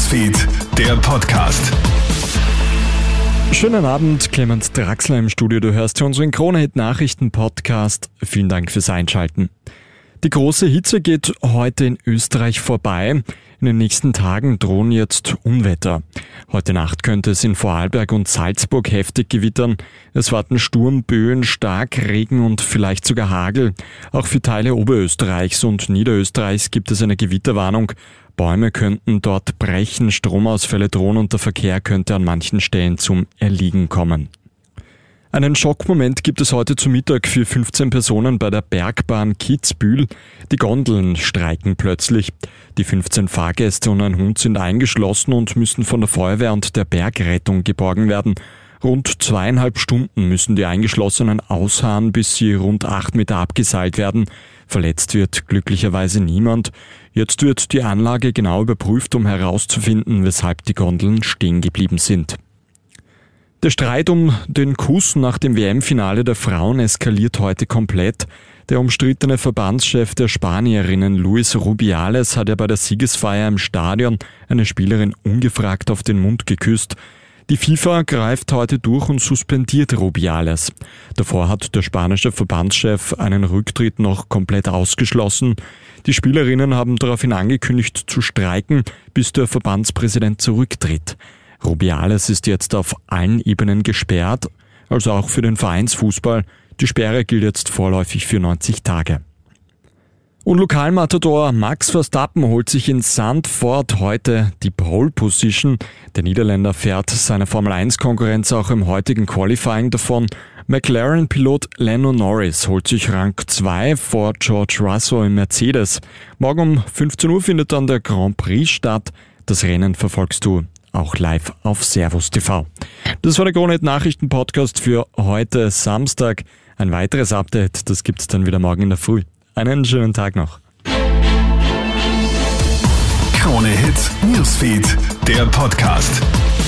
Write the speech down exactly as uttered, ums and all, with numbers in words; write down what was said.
Newsfeed, der Podcast. Schönen Abend, Clemens Draxler im Studio. Du hörst unseren Krone-Hit-Nachrichten-Podcast. Vielen Dank fürs Einschalten. Die große Hitze geht heute in Österreich vorbei. In den nächsten Tagen drohen jetzt Unwetter. Heute Nacht könnte es in Vorarlberg und Salzburg heftig gewittern. Es warten Sturmböen, Starkregen und vielleicht sogar Hagel. Auch für Teile Oberösterreichs und Niederösterreichs gibt es eine Gewitterwarnung. Bäume könnten dort brechen, Stromausfälle drohen und der Verkehr könnte an manchen Stellen zum Erliegen kommen. Einen Schockmoment gibt es heute zu Mittag für fünfzehn Personen bei der Bergbahn Kitzbühel. Die Gondeln streiken plötzlich. Die fünfzehn Fahrgäste und ein Hund sind eingeschlossen und müssen von der Feuerwehr und der Bergrettung geborgen werden. Rund zweieinhalb Stunden müssen die Eingeschlossenen ausharren, bis sie rund acht Meter abgeseilt werden. Verletzt wird glücklicherweise niemand. Jetzt wird die Anlage genau überprüft, um herauszufinden, weshalb die Gondeln stehen geblieben sind. Der Streit um den Kuss nach dem W M-Finale der Frauen eskaliert heute komplett. Der umstrittene Verbandschef der Spanierinnen Luis Rubiales hat ja bei der Siegesfeier im Stadion eine Spielerin ungefragt auf den Mund geküsst. Die FIFA greift heute durch und suspendiert Rubiales. Davor hat der spanische Verbandschef einen Rücktritt noch komplett ausgeschlossen. Die Spielerinnen haben daraufhin angekündigt zu streiken, bis der Verbandspräsident zurücktritt. Rubiales ist jetzt auf allen Ebenen gesperrt, also auch für den Vereinsfußball. Die Sperre gilt jetzt vorläufig für neunzig Tage. Und Lokalmatador Max Verstappen holt sich in Zandvoort heute die Pole Position. Der Niederländer fährt seine Formel eins Konkurrenz auch im heutigen Qualifying davon. McLaren-Pilot Lando Norris holt sich Rang zwei vor George Russell im Mercedes. Morgen um fünfzehn Uhr findet dann der Grand Prix statt. Das Rennen verfolgst du auch live auf Servus T V. Das war der Krone-Hit-Nachrichten-Podcast für heute Samstag. Ein weiteres Update, das gibt's dann wieder morgen in der Früh. Einen schönen Tag noch. Krone-Hit Newsfeed, der Podcast.